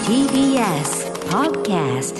TBS Podcast。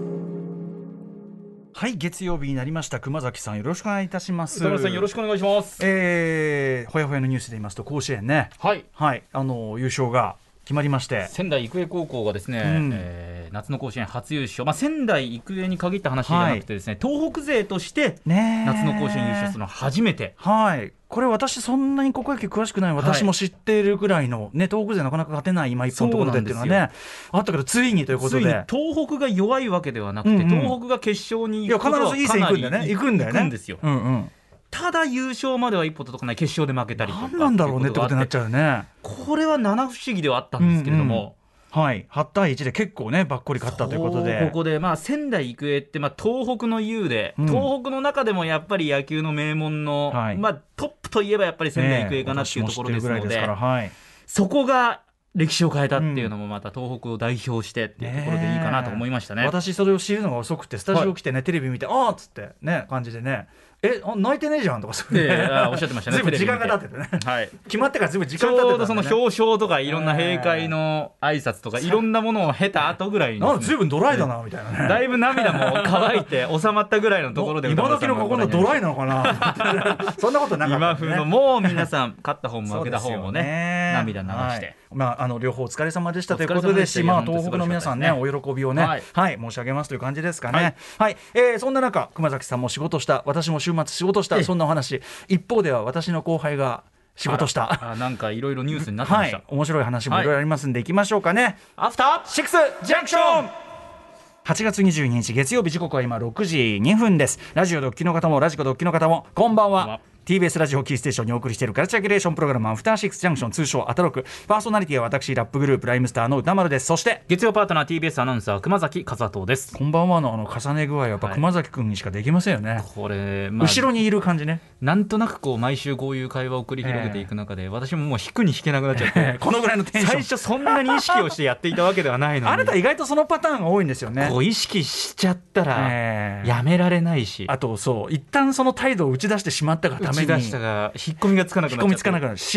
はい、月曜日になりました。熊崎さん、よろしくお願いいたします。 歌丸さん、よろしくお願いします。 ほやほやのニュースで言いますと、甲子園ね、はい、優勝が決まりまして、 仙台育英高校がですね、夏の甲子園初優勝、仙台育英に限った話じゃなくてですね、東北勢として夏の甲子園優勝するのは初めて。 はい、これ私そんなに高校野球詳しくない私も知っているぐらいの、ね、東北勢なかなか勝てない今一本のところでっていうのはねあったけど、ついにということで、 東北が弱いわけではなくて、東北が決勝に行くことはかなり必ずいい線行くんだよね。 行くんですよ。ただ優勝までは一歩届かない、決勝で負けたりとか、 何なんだろうねってことになっちゃうよね。 これは七不思議ではあったんですけれども、 はい、8対1で結構ねばっこり勝ったということで、 ここで仙台育英って、東北の雄で、東北の中でもやっぱり野球の名門の、トップといえばやっぱり仙台育英かなっていうところですので、そこが歴史を変えたっていうのもまた東北を代表してっていうところでいいかなと思いましたね。 私それを知るのが遅くて、スタジオ来てね、テレビ見てあーっつってね感じでね、泣いてねえじゃんとかそういうね、 おっしゃってましたね。 ずいぶん時間が経っててね、決まってからずいぶん時間が経ってたんで、ね、 ちょうどその表彰とかいろんな閉会の挨拶とかいろんなものを経た後ぐらいに、 なんかずいぶんドライだなみたいなね、 だいぶ涙も乾いて収まったぐらいのところで、 今時のここのドライなのかなそんなことなかった、ね、 今風のもう皆さん勝った方も負けた方もね涙流して、 両方お疲れ様でしたということですし、東北の皆さんねお喜びをね、申し上げますという感じですかね。そんな中、熊崎さんも仕事した、私も週末仕事した、そんなお話。一方では私の後輩が仕事したなんかいろいろニュースになってました。 面白い話もいろいろありますんで、行きましょうかね。 アフターシックスジャンクション。8月22日月曜日、時刻は今6時2分です。ラジオドッキの方もラジコドッキの方もこんばんは。TBS ラジオキーステーションにお送りしているカルチャーキュレーションプログラム、アフターシックスジャンクション、通称アタロク。パーソナリティは私、ラップグループライムスターの歌丸です。そして月曜パートナー TBS アナウンサー熊崎和人です。 こんばんはの重ね具合はやっぱ熊崎くんにしかできませんよね。 これ、 後ろにいる感じね。 なんとなく毎週こういう会話を繰り広げていく中で、私ももう引くに引けなくなっちゃって、 このぐらいのテンション、 最初そんなに意識をしてやっていたわけではないのにあなた意外とそのパターンが多いんですよね。 意識しちゃったらやめられないし、 あと一旦その態度を打ち出してしまったがために、 打ち出したが引っ込みがつかなくなっちゃって、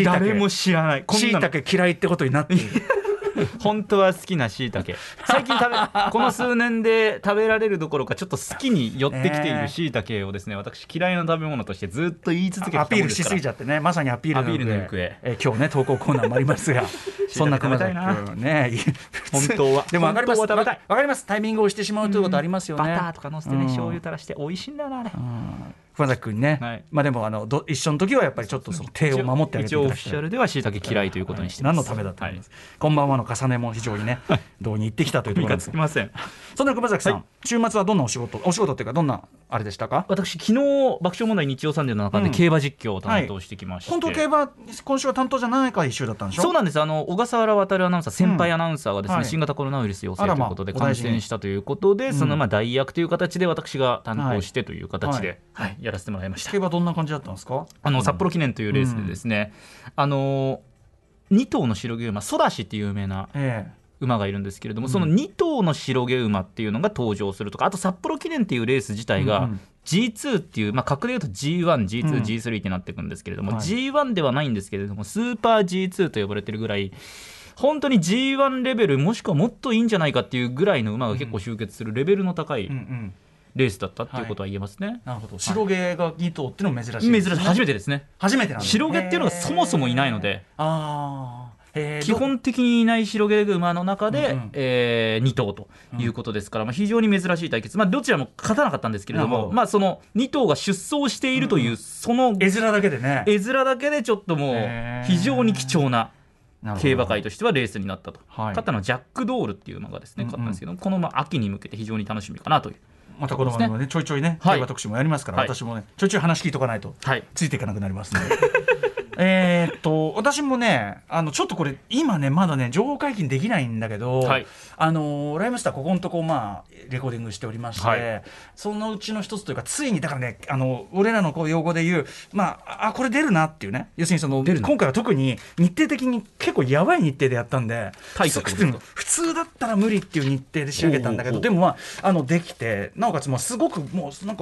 誰も知らない、 しいたけ嫌いってことになっている本当は好きなしいたけ、最近この数年で食べられるどころかちょっと好きに寄ってきているしいたけをですね、私嫌いな食べ物としてずっと言い続けてきたものですから、 アピールしすぎちゃってね、まさにアピールの行方、今日ね投稿コーナーもありますがそんな熊崎君ね、 本当はでも分かります、分かります、タイミングをしてしまうということありますよね。 バターとか乗せてね、醤油垂らして美味しいんだよなあれ。 熊崎君ね、でも一緒の時はやっぱりちょっとその手を守ってあげていただきたい。 一応オフィシャルではしいたけ嫌いということにしてます。何のためだと思います。こんばんはの重ねも非常にねどうに行ってきたというところです。そんな熊崎さん、週末はどんなお仕事っていうかどんなあれでしたか。 私昨日爆笑問題日曜サンデーの中で競馬実況を担当してきまして、 本当競馬今週は担当じゃないか一週だったんでしょ。 そうなんです。小笠原渉アナウンサー、先輩アナウンサーがですね、新型コロナウイルス陽性ということで感染したということで、その代役という形で私が担当してという形でやらせてもらいました。 競馬どんな感じだったんですか。 札幌記念というレースでですね、2頭の白毛馬、ソダシっていう有名な馬がいるんですけれども、その2頭の白毛馬っていうのが登場するとか、あと札幌記念っていうレース自体が G2 っていう、格でいうと G1、G2、G3 ってなっていくんですけれども、G1 ではないんですけれどもスーパー G2 と呼ばれてるぐらい、本当に G1 レベルもしくはもっといいんじゃないかっていうぐらいの馬が結構集結するレベルの高いレースだったっていうことは言えますね。 なるほど。白毛が2頭っていうのも珍しいですね。 初めてですね。 初めてなんです。 白毛っていうのがそもそもいないので、基本的にいない白毛馬の中で、2頭ということですから、非常に珍しい対決、どちらも勝たなかったんですけれども、その2頭が出走しているという、その絵面だけでね、 ちょっともう非常に貴重な競馬界としてはレースになったと。勝ったのはジャックドールっていう馬がですね勝ったんですけど、この秋に向けて非常に楽しみかなという。 またこの番組ねちょいちょいね競馬特集もやりますから、私もねちょいちょい話聞いとかないとついていかなくなりますので、私もねちょっとこれ今ねまだね情報解禁できないんだけど、ライムスターここのとこレコーディングしておりまして、そのうちの一つというか、ついにだからね俺らの用語で言うこれ出るなっていうね、要するに今回は特に日程的に結構やばい日程でやったんで、普通だったら無理っていう日程で仕上げたんだけど、でもできて、なおかつすごくもうなんか結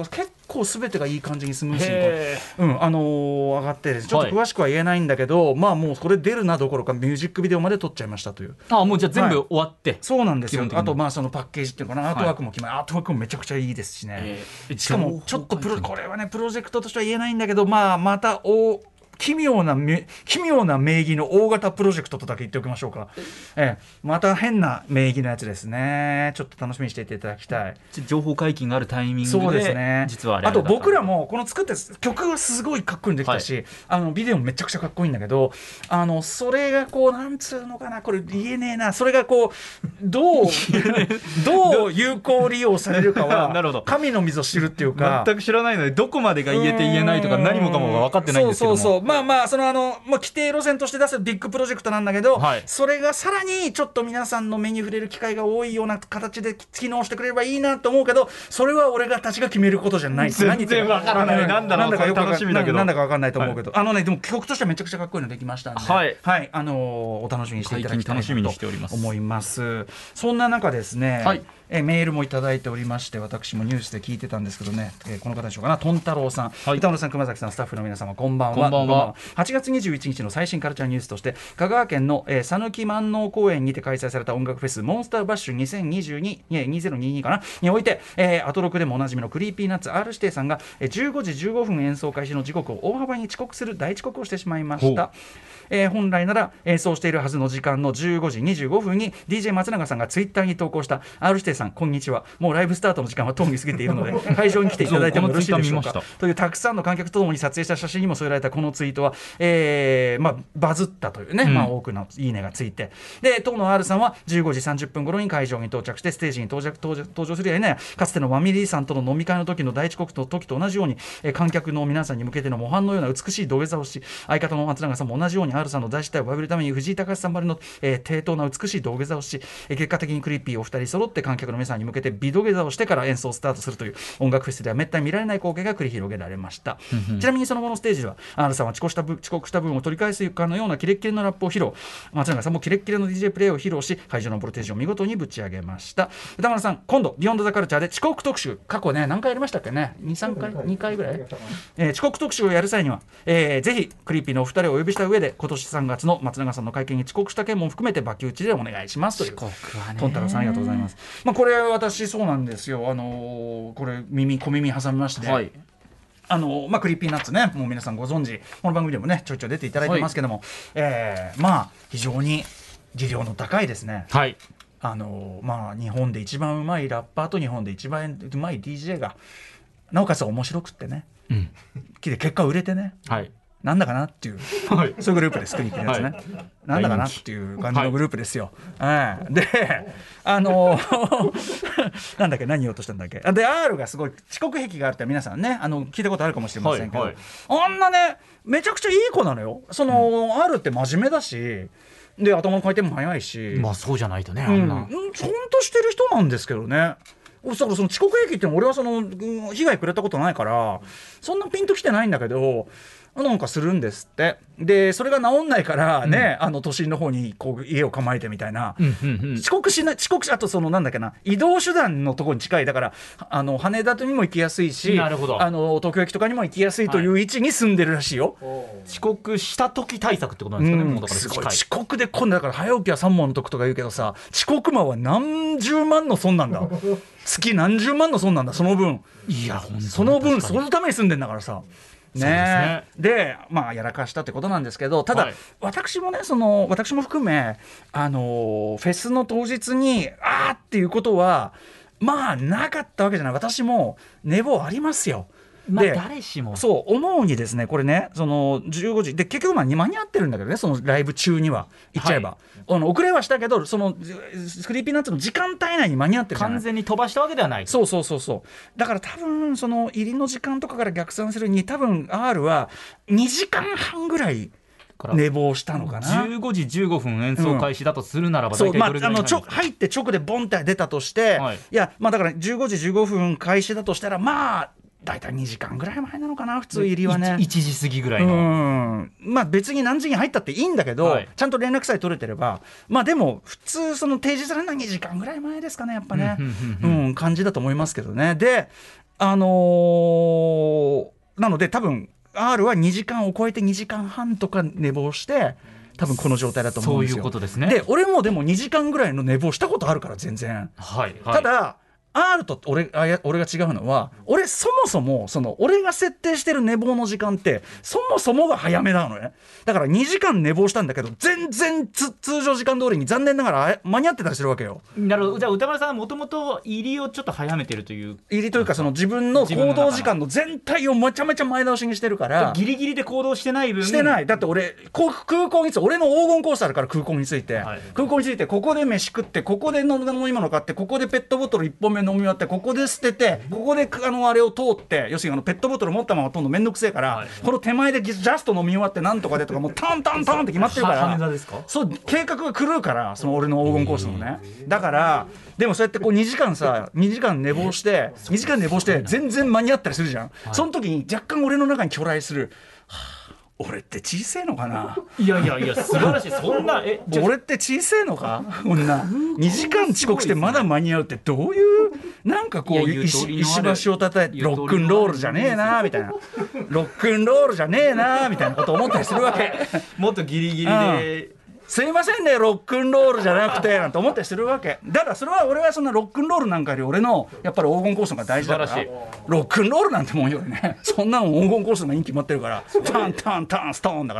構全てがいい感じにスムーズに上がってちょっと詳しくは言えないんだけど、まあもうこれ出るなどころかミュージックビデオまで撮っちゃいましたという。 もうじゃあ全部終わって、 そうなんですよ。あとまあそのパッケージっていうかな、アートワークも決まり、アートワークもめちゃくちゃいいですしね、しかもちょっとこれはねプロジェクトとしては言えないんだけど、まあまた奇妙な名義の大型プロジェクトとだけ言っておきましょうか。また変な名義のやつですね。ちょっと楽しみにしていていただきたい。 情報解禁があるタイミングで。 そうですね。 実はあと僕らもこの作った曲はすごいかっこいいにできたし、ビデオもめちゃくちゃかっこいいんだけど、それがこうなんつうのかな、これ言えねえな、それがこうどう有効利用されるかは神の溝知るっていうか、 全く知らないのでどこまでが言えて言えないとか何もかもが分かってないんですけども、 そうまあ規定路線として出すビッグプロジェクトなんだけど、それがさらにちょっと皆さんの目に触れる機会が多いような形で機能してくれればいいなと思うけど、それは俺たちが決めることじゃない。 全然わからない。なんだか楽しみだけど、 なんだかわかんないと思うけど、でも曲としてはめちゃくちゃかっこいいのできましたんで、お楽しみにしていただきたいなと思います。そんな中ですね、メールもいただいておりまして、私もニュースで聞いてたんですけどね、この方でしょうかな、トン太郎さん、歌丸さん、熊崎さん、スタッフの皆様こんばんは。8月21日の最新カルチャーニュースとして、香川県の讃岐万能公園にて開催された音楽フェスモンスターバッシュ2022かなにおいて、アトロクでもおなじみのクリーピーナッツ R 指定さんが15時15分演奏開始の時刻を大幅に遅刻する大遅刻をしてしまいました。本来なら演奏しているはずの時間の15時25分に DJ 松永さんがツイッターに投稿した R 指定さんこんにちは、もうライブスタートの時間はとうに過ぎているので会場に来ていただいてもよろしいでしょうかというたくさんの観客とともに撮影した写真にも添えられたこのツイートは、バズったというね、多くのいいねがついて、で当の R さんは15時30分頃に会場に到着してステージに登場するやいなや、かつてのマミリーさんとの飲み会の時の大遅刻の時と同じように、観客の皆さんに向けての模範のような美しい土下座をし、相方の松永さんも同じように R さんの大失態を詫びるために藤井隆さんばりの、低等な美しい土下座をし、結果的にクリーピーお二人揃って観客の皆さんに向けて美土下座をしてから演奏をスタートするという音楽フェスではめったに見られない光景が繰り広げられましたちなみにその後のステージでは R さんは遅刻した分を取り返すかのようなキレッキレのラップを披露、松永さんもキレッキレの DJ プレイを披露し、会場のボルテージを見事にぶち上げました。歌丸さん、今度ビヨンドザカルチャーで遅刻特集、過去ね何回やりましたっけね、2回ぐらい、遅刻特集をやる際には、ぜひクリーピーのお二人をお呼びした上で今年3月の松永さんの会見に遅刻した件も含めてバキ打ちでお願いしますという。 遅刻はね、 トンタロさんありがとうございます。これ私そうなんですよ、これ小耳挟みまして、クリーピーナッツね、もう皆さんご存知、この番組でもねちょいちょい出ていただいてますけども、非常に技量の高いですね、日本で一番うまいラッパーと日本で一番うまい DJ がなおかつ面白くってね、結果売れてね、なんだかなっていう、そういうグループです、クリーピーナッツね、なんだかなっていう感じのグループですよ。でなんだっけ、何言おうとしたんだっけ。で R がすごい遅刻癖があるって皆さんね聞いたことあるかもしれませんけど、あんなねめちゃくちゃいい子なのよ。R って真面目だし、で頭の回転も速いし、 そうじゃないとね、あんなちゃんとしてる人なんですけどね。その遅刻癖っていうのは俺は被害くれたことないからそんなピンときてないんだけど、なんかするんですって。でそれが治んないからね、都心の方にこう家を構えてみたいな、遅刻しあとなんだっけな、移動手段のところに近い、だから羽田にも行きやすいし、東京駅とかにも行きやすいという位置に住んでるらしいよ。 遅刻した時対策ってことなんですかね。もうだからすごい遅刻で今度だから早起きは3問の得とか言うけどさ、遅刻魔は何十万の損なんだ月何十万の損なんだ、その分。 いや本当その分そのために住んでんだからさ。でやらかしたってことなんですけど、ただ、私もね私も含めフェスの当日にっていうことはなかったわけじゃない。私も寝坊ありますよ。 誰しもそう思うにですね、これね15時で結局間に合ってるんだけどね、そのライブ中には言っちゃえば、遅れはしたけどクリーピーナッツの時間帯内に間に合ってるじゃない。 完全に飛ばしたわけではない。 そうだから多分入りの時間とかから逆算するに多分 R は2時間半ぐらい寝坊したのかな。 15時15分演奏開始だとするならば大体どれぐらいになるんですか。 入って直でボンって出たとして、いやだから15時15分開始だとしたら大体2時間ぐらい前なのかな、普通入りはね。 1時過ぎぐらいの。 別に何時に入ったっていいんだけど、ちゃんと連絡さえ取れてればでも普通提示されるのは2時間ぐらい前ですかね、やっぱね、感じだと思いますけどね。でなので多分 R は2時間を超えて2時間半とか寝坊して多分この状態だと思うんですよ。 そういうことですね。 で俺もでも2時間ぐらいの寝坊したことあるから全然、 はいはい、 ただR と俺が違うのは、俺そもそもその俺が設定してる寝坊の時間ってそもそもが早めなのね。だから2時間寝坊したんだけど全然通常時間通りに残念ながら間に合ってたりするわけよ。 なるほど。じゃあ歌丸さんはもともと入りをちょっと早めてるという、 入りというかその自分の行動時間の全体をめちゃめちゃ前倒しにしてるから、 ギリギリで行動してない分、 してない。だって俺空港について、俺の黄金コースあるから空港について、 はい、 空港についてここで飯食って、ここで飲み物買って、ここでペットボトル1本目飲み終わって、ここで捨てて、ここであれを通って、要するにペットボトル持ったまま通るのめんどくせえから、はい、この手前でジャスト飲み終わってなんとかでとかもうタンタンタンって決まってるから、 羽田ですか？ そう計画が狂うから、その俺の黄金コースのね。だからでもそうやってこう2時間寝坊して全然間に合ったりするじゃん、はい、その時に若干俺の中に去来する、俺って小せえのかな。 いや素晴らしい。そんな俺って小せえのか、こんな2時間遅刻してまだ間に合うってどういうなんかこう石橋をたたいてロックンロールじゃねえなみたいな、ロックンロールじゃねえなみたいなこと思ったりするわけ。 もっとギリギリで、 すいませんねロックンロールじゃなくてなんて思ったりするわけだから、それは俺はそんなロックンロールなんかより俺のやっぱり黄金コースが大事だから、ロックンロールなんてもんよりね、そんなの黄金コースがいいに決まってるから、タンタンタンストーンだから、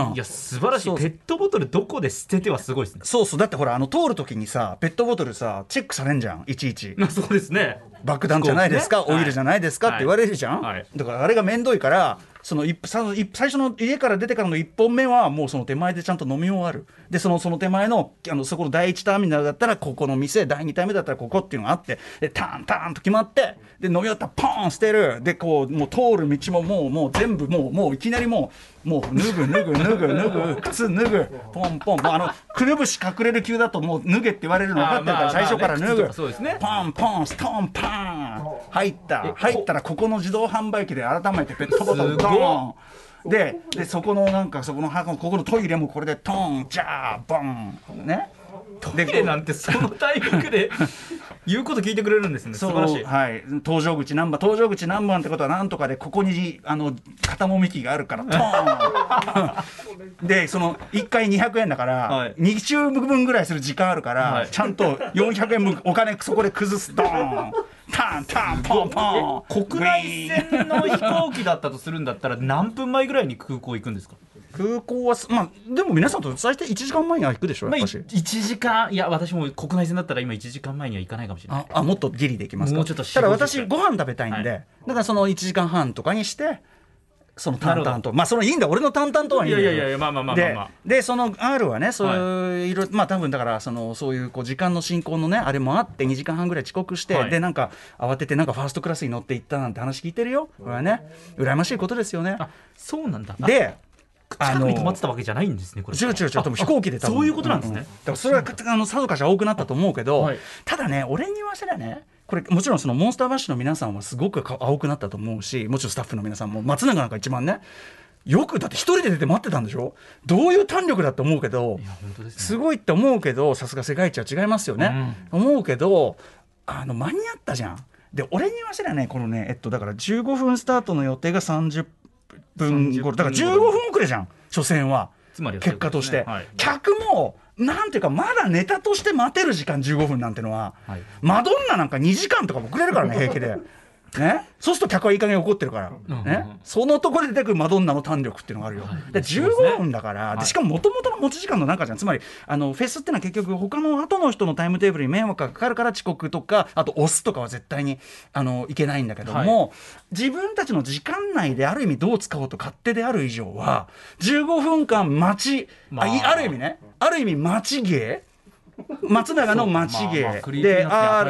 いや素晴らしい。ペットボトルどこで捨ててはすごいですね。 そうだってほら通る時にさペットボトルさチェックされんじゃん、いちいち。 そうですね。 爆弾じゃないですか、オイルじゃないですかって言われるじゃん、 はい、 だからあれが面倒いから、その最初の家から出てからの1本目はもうその手前でちゃんと飲み終わる。でその手前のそこの第1ターミナルだったらここの店、第2ターミナルだったらここっていうのがあって、でタンタンと決まって、で飲み終わったらポーン捨てる。でこうもう通る道ももう全部もういきなりもう脱ぐ靴脱ぐポンポン、くるぶし隠れる級だともう脱げって言われるの分かってるから最初から脱ぐ、 そうですね、 ポンポンストーンパーン入ったらここの自動販売機で改めてペットボトルドーンでそこのなんかそこの箱、ここのトイレもこれでトーンジャーボンね。 トイレなんてそのタイミングで言うこと聞いてくれるんですね。素晴らしい。 はい、搭乗口何番ってことはなんとかで、ここに肩もみ機があるからトーンでその1回200円だから、はい、2週分ぐらいする時間あるから、はい、ちゃんと400円分お金そこで崩すドーンタンタンポンポン。 国内線の飛行機だったとするんだったら何分前ぐらいに空港行くんですか？ 空港はでも皆さんと最低1時間前には行くでしょ、やっぱし。 1時間、いや私も国内線だったら今1時間前には行かないかもしれない。 もっとギリで行きますか？ もうちょっとただ私ご飯食べたいんで、はい、だからその1時間半とかにしてその淡々と、そのいいんだ、俺の淡々とはいいんだよ。 いやでその R はね、そういう、多分だからそういう時間の進行のねあれもあって2時間半ぐらい遅刻して、はい、でなんか慌ててなんかファーストクラスに乗って行ったなんて話聞いてるよ。これはね羨ましいことですよね。 そうなんだ。 で近くに泊まってたわけじゃないんですね、これ。 違う飛行機でそういうことなんですね。 だからそれはさぞかし多くなったと思うけど、はい、ただね俺に言わせりゃね、これもちろんそのモンスターバッシュの皆さんはすごく青くなったと思うし、もちろんスタッフの皆さんも松永なんか一番ね、よくだって一人で出て待ってたんでしょ。どういう胆力だって思うけど、 いや本当ですね、 すごいって思うけど、さすが世界一は違いますよね、思うけど間に合ったじゃん。で俺に言わせりゃね、このねだから15分スタートの予定が30分頃だから15分遅れじゃん、初戦は。 つまりは結果として、 はい、 客もなんていうかまだネタとして待てる時間15分なんてのは、はい、マドンナなんか2時間とか遅れるからね平気でね、そうすると客はいい加減怒ってるから、ね、そのところで出てくるマドンナの胆力っていうのがあるよ、はい、で15分だから、でしかも元々の持ち時間の中じゃん。つまりフェスってのは結局他の後の人のタイムテーブルに迷惑がかかるから遅刻とか、あと押すとかは絶対にいけないんだけども、はい、自分たちの時間内である意味どう使おうと勝手である以上は15分間待ち、ある意味ね、ある意味待ち芸、松永の待ち芸で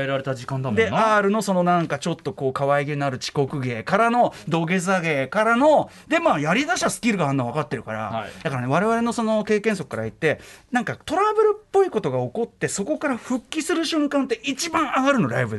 R のそのなんかちょっとこう可愛げのある遅刻芸からの土下座芸からので、やりだしたスキルがあるの分かってるから、はい、だからね我々のその経験則から言ってなんかトラブルっぽいことが起こってそこから復帰する瞬間って一番上がるのライブで。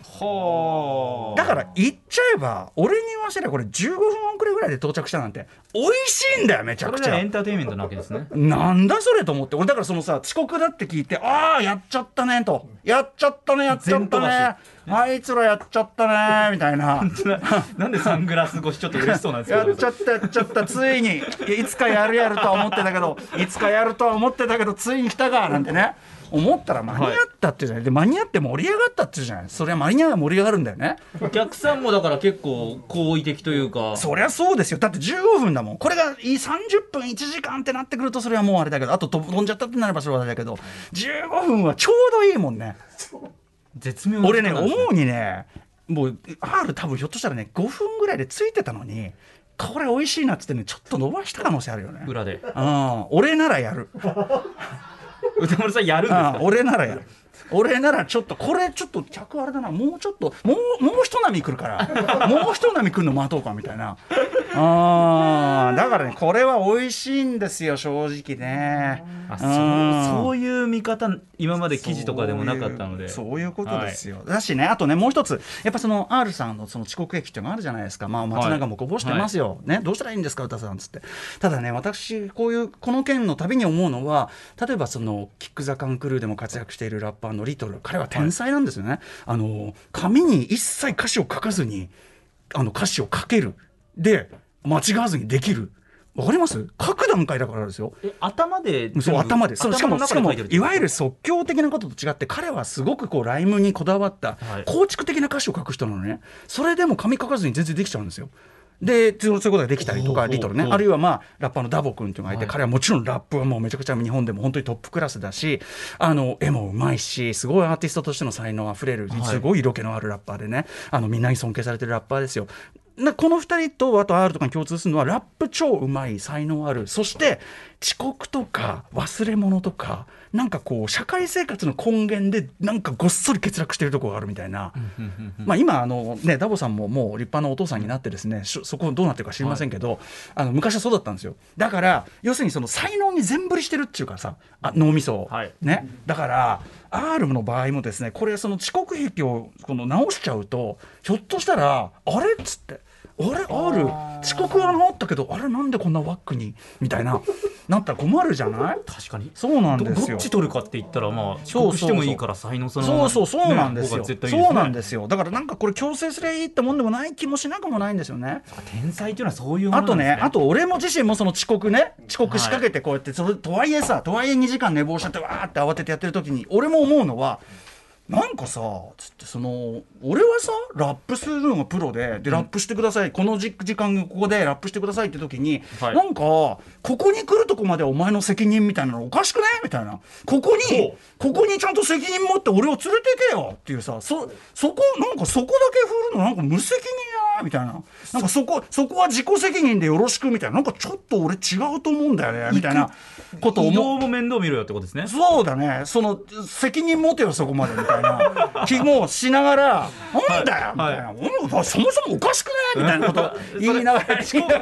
だから言っちゃえば俺に言わせればこれ15分遅れぐらいで到着したなんて美味しいんだよ。めちゃくちゃそれがエンターテインメントなわけですね。 なんだそれと思って、俺だからそのさ遅刻だって聞いて、ああやっちゃったねと、やっちゃったねあいつらやっちゃったねみたいななんでサングラス越しちょっと嬉しそうなんですか。 やっちゃったついにいつかやるとは思ってたけどついに来たかなんてね思ったら間に合ったっていうじゃない、で間に合って盛り上がったっていうじゃない。それは間に合えば盛り上がるんだよね。 お客さんもだから結構好意的というか。 そりゃそうですよ。だって15分だもん。これが30分1時間ってなってくるとそれはもうあれだけど、あと飛んじゃったってなればそれはあれだけど、15分はちょうどいいもんね。 絶妙な俺ね思うにね、もう R 多分ひょっとしたらね5分ぐらいでついてたのに、これ美味しいなっつってねちょっと伸ばした可能性あるよね。 裏で。 俺ならやる。 歌丸さんやるんですか。 俺ならやる。俺ならちょっとこれちょっと客あれだな、もうちょっともう一波来るからもう一波来るの待とうかみたいな。だからねこれは美味しいんですよ正直ね。 そういう見方今まで記事とかでもなかったので、 そういうことですよ、だしね、あとねもう一つやっぱその R さんのその遅刻劇っていうのがあるじゃないですか。松永もこぼしてますよ、ね、どうしたらいいんですか歌さんつって。ただね私この件のたびに思うのは、例えばそのキック・ザ・カン・クルーでも活躍しているラッパーのリトル、彼は天才なんですよね。紙に一切歌詞を書かずに歌詞を書ける、で間違わずにできる。わかります？書く段階だからですよ。 頭で。 そう頭で。しかもいわゆる即興的なことと違って、彼はすごくこうライムにこだわった構築的な歌詞を書く人なのね。それでも紙書かずに全然できちゃうんですよ。でそういうことができたりとか、リトルね、あるいはラッパーのダボ君っていうのがいて、彼はもちろんラップはもうめちゃくちゃ日本でも本当にトップクラスだし、絵もうまいし、すごいアーティストとしての才能あふれる、すごい色気のあるラッパーでね、みんなに尊敬されてるラッパーですよ。この2人とあと R とかに共通するのは、ラップ超うまい、才能ある、そして遅刻とか忘れ物とかなんかこう社会生活の根源でなんかごっそり欠落しているところがあるみたいな今ダボさんももう立派なお父さんになってですね、そこどうなってるか知りませんけど、昔はそうだったんですよ。だから要するにその才能に全振りしてるっていうかさ、脳みそを、ね、だから R の場合もですね、これその遅刻癖を直しちゃうと、ひょっとしたらあれっつって、あれ R 遅刻は治ったけど、あれなんでこんなワックにみたいななったら困るじゃない。 確かにそうなんですよ。 どっち取るかって言ったら、遅刻してもいいから才能そのまま、 そうなんですよ、そうなんですよ。だからなんかこれ強制すりゃいいってもんでもない気もしなくもないんですよね。 天才っていうのはそういうものなんですね。 あと俺も自身もその遅刻しかけてこうやってとはいえ2時間寝坊しちゃってわーって慌ててやってる時に俺も思うのは、なんかさつって俺はさラップするのがプロでラップしてください、この時間ここでラップしてくださいって時に、なんかここに来るとこまでお前の責任みたいなのおかしくねみたいな、ここにちゃんと責任持って俺を連れてけよっていうさ、そこだけ振るのなんか無責任やみたいな、なんかそこは自己責任でよろしくみたいな、なんかちょっと俺違うと思うんだよねみたいなことを移動も面倒見ろよってことですね。 そうだね、その責任持てよそこまでみたいな気もしながらなんだよみたいな、そもそもおかしくないみたいなこと言いながら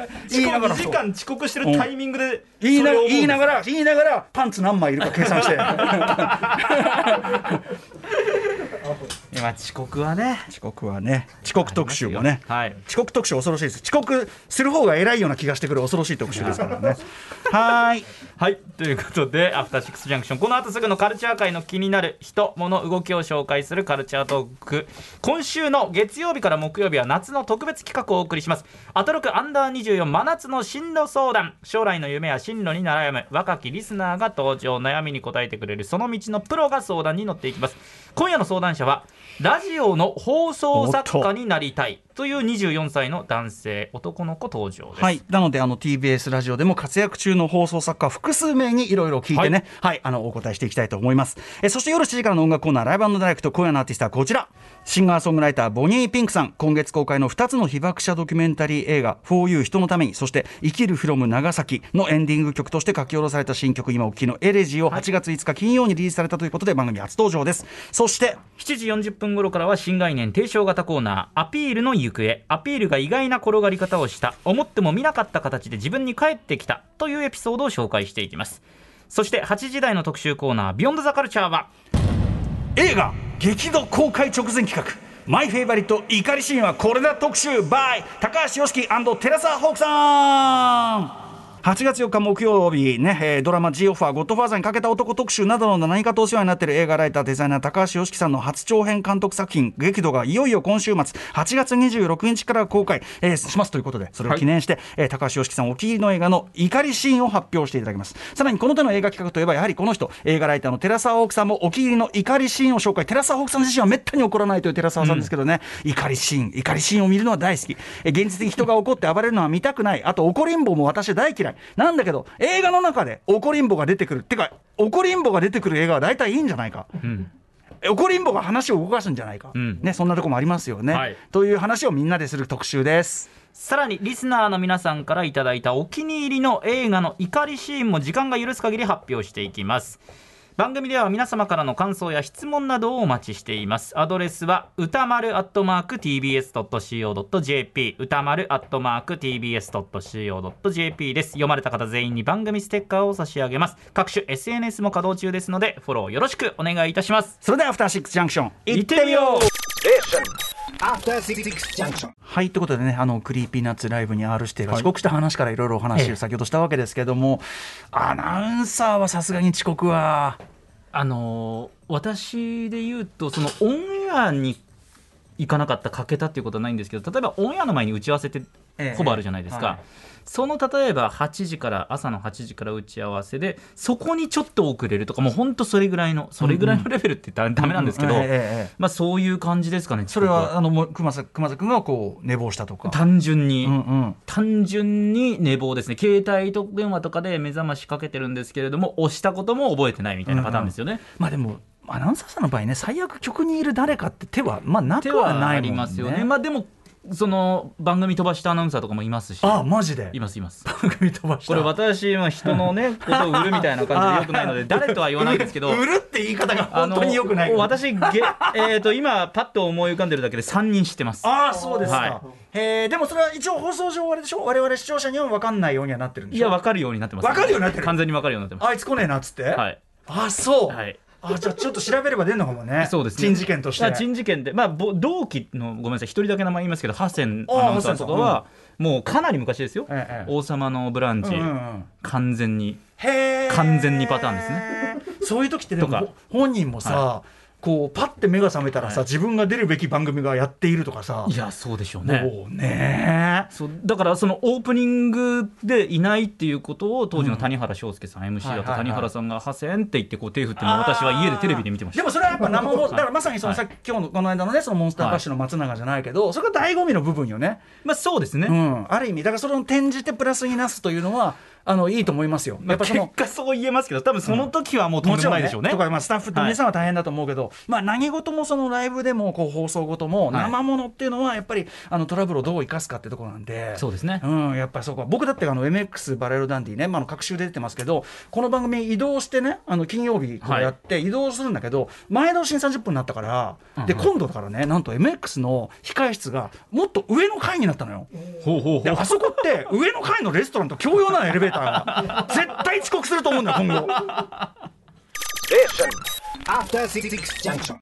2時間遅刻してるタイミングで言いながらパンツ何枚いるか計算して今遅刻はね遅刻特集もね、遅刻特集恐ろしいです。遅刻する方が偉いような気がしてくる恐ろしい特集ですからねはいということでアフターシックスジャンクション、この後すぐのカルチャー界の気になる人物動きを紹介するカルチャートーク。今週の月曜日から木曜日は夏の特別企画をお送りします。アトロクアンダー24真夏の進路相談、将来の夢や進路に悩む若きリスナーが登場、悩みに答えてくれるその道のプロが相談に乗っていきます。今夜の相談者はラジオの放送作家になりたいという24歳の男性男の子登場です。 なのでTBS ラジオでも活躍中の放送作家複数名にいろいろ聞いてね、お答えしていきたいと思います。そして夜7時からの音楽コーナーライブ&ダイレクト、今夜のアーティストはこちら、シンガーソングライターボニー・ピンクさん。今月公開の2つの被爆者ドキュメンタリー映画 For You 人のために、そして生きる from 長崎のエンディング曲として書き下ろされた新曲今お聴きのエレジーを8月5日金曜にリリースされたということで番組初登場です。そして 7時40分頃からは新概念提唱型コーナーアピールの行方。アピールが意外な転がり方をした、思っても見なかった形で自分に返ってきたというエピソードを紹介していきます。そして8時台の特集コーナービヨンドザカルチャーは映画激怒公開直前企画マイフェイバリット怒りシーンはこれだ特集 by 高橋良樹&寺澤ホークさん。8月4日木曜日ね、ドラマ G オファーゴッドファーザーにかけた男特集などの何かとお世話になっている映画ライターデザイナー高橋良樹さんの初長編監督作品激怒がいよいよ今週末8月26日から公開、しますということで、それを記念して、高橋良樹さんお気に入りの映画の怒りシーンを発表していただきます。さらにこの手の映画企画といえばやはりこの人、映画ライターの寺澤ホークさんもお気に入りの怒りシーンを紹介。寺澤ホークさん自身はめったに怒らないという寺澤さんですけどね、怒りシーンを見るのは大好き。現実的に人が怒って暴れるのは見たくない。あと怒りんぼも私大嫌いなんだけど、映画の中で怒りんぼが出てくるってか、怒りんぼが出てくる映画は大体いいんじゃないか、怒りんぼが話を動かすんじゃないか、ね、そんなとこもありますよね、という話をみんなでする特集です。 さらにリスナーの皆さんからいただいたお気に入りの映画の怒りシーンも時間が許す限り発表していきます。番組では皆様からの感想や質問などをお待ちしています。アドレスは歌丸@tbs.co.jp 歌丸@tbs.co.jp です。読まれた方全員に番組ステッカーを差し上げます。各種 SNS も稼働中ですのでフォローよろしくお願いいたします。 それではアフターシックスジャンクション行ってみよう。はい、ということでね、クリーピーナッツライブに R 指定が遅刻した話からいろいろお話を先ほどしたわけですけども、アナウンサーはさすがに遅刻は私で言うとそのオンエアに行かなかった欠けたっていうことはないんですけど、例えばオンエアの前に打ち合わせってほぼあるじゃないですか、その例えば朝の8時から打ち合わせでそこにちょっと遅れるとか、もう本当それぐらいのレベルって言ったらダメなんですけど、まあそういう感じですかね。 それは熊崎君がこう寝坊したとか、 単純に寝坊ですね。携帯電話とかで目覚ましかけてるんですけれども押したことも覚えてないみたいなパターンですよね。 まあでもアナウンサーさんの場合ね、最悪局にいる誰かって手はまあなくはないもんね。手はありますよね。 まあでもその番組飛ばしたアナウンサーとかもいますし。 あ、マジでいます。番組飛ばした。 これ私は人のねことを売るみたいな感じでよくないので誰とは言わないですけど売るって言い方が本当によくない。 私今パッと思い浮かんでるだけで3人知ってます。 ああ、そうですか、でもそれは一応放送上あれでしょ、我々視聴者には分かんないようにはなってるんでしょ。 いや分かるようになってます。 分かるようになってる。 完全に分かるようになってます。 あいつ来ねえなっつって。 はい。 あ、そう。 はい。 じゃあちょっと調べれば出るのかもね。 そうですね。 珍事件として。 珍事件で、まあ同期のごめんなさい一人だけ名前言いますけど、ハセンアナウンサーとかはもうかなり昔ですよ。王様のブランチ、完全にパターンですね。 そういう時ってでも本人もさ、こうパッて目が覚めたらさ、自分が出るべき番組がやっているとかさ。 いやそうでしょうね。 もうね。 そうだからそのオープニングでいないっていうことを当時の谷原章介さん、MC だった谷原さんがハセンって言ってこう手振っても私は家でテレビで見てました。 でもそれはやっぱ生放送だからまさにそのさっき今日のこの間のねそのモンスターバッシュの松永じゃないけど、それが醍醐味の部分よね。 まあそうですね。 ある意味だからそれを転じてプラスになすというのはいいと思いますよ。 やっぱ結果そう言えますけど、多分その時はもうとんでもないでしょうね。 とかスタッフって皆さんは大変だと思うけど、何事もそのライブでもこう放送事も生ものっていうのはやっぱりトラブルをどう生かすかってところなんで。 そうですね。 やっぱりそうか。僕だってMX バレルダンディね、各週で出てますけど、この番組移動してね金曜日こうやって移動するんだけど、前倒しに30分になったから、で今度だからね、なんと MX の控え室がもっと上の階になったのよ。であそこって上の階のレストランと共用なのエレベーターが。絶対遅刻すると思うんだよ今後。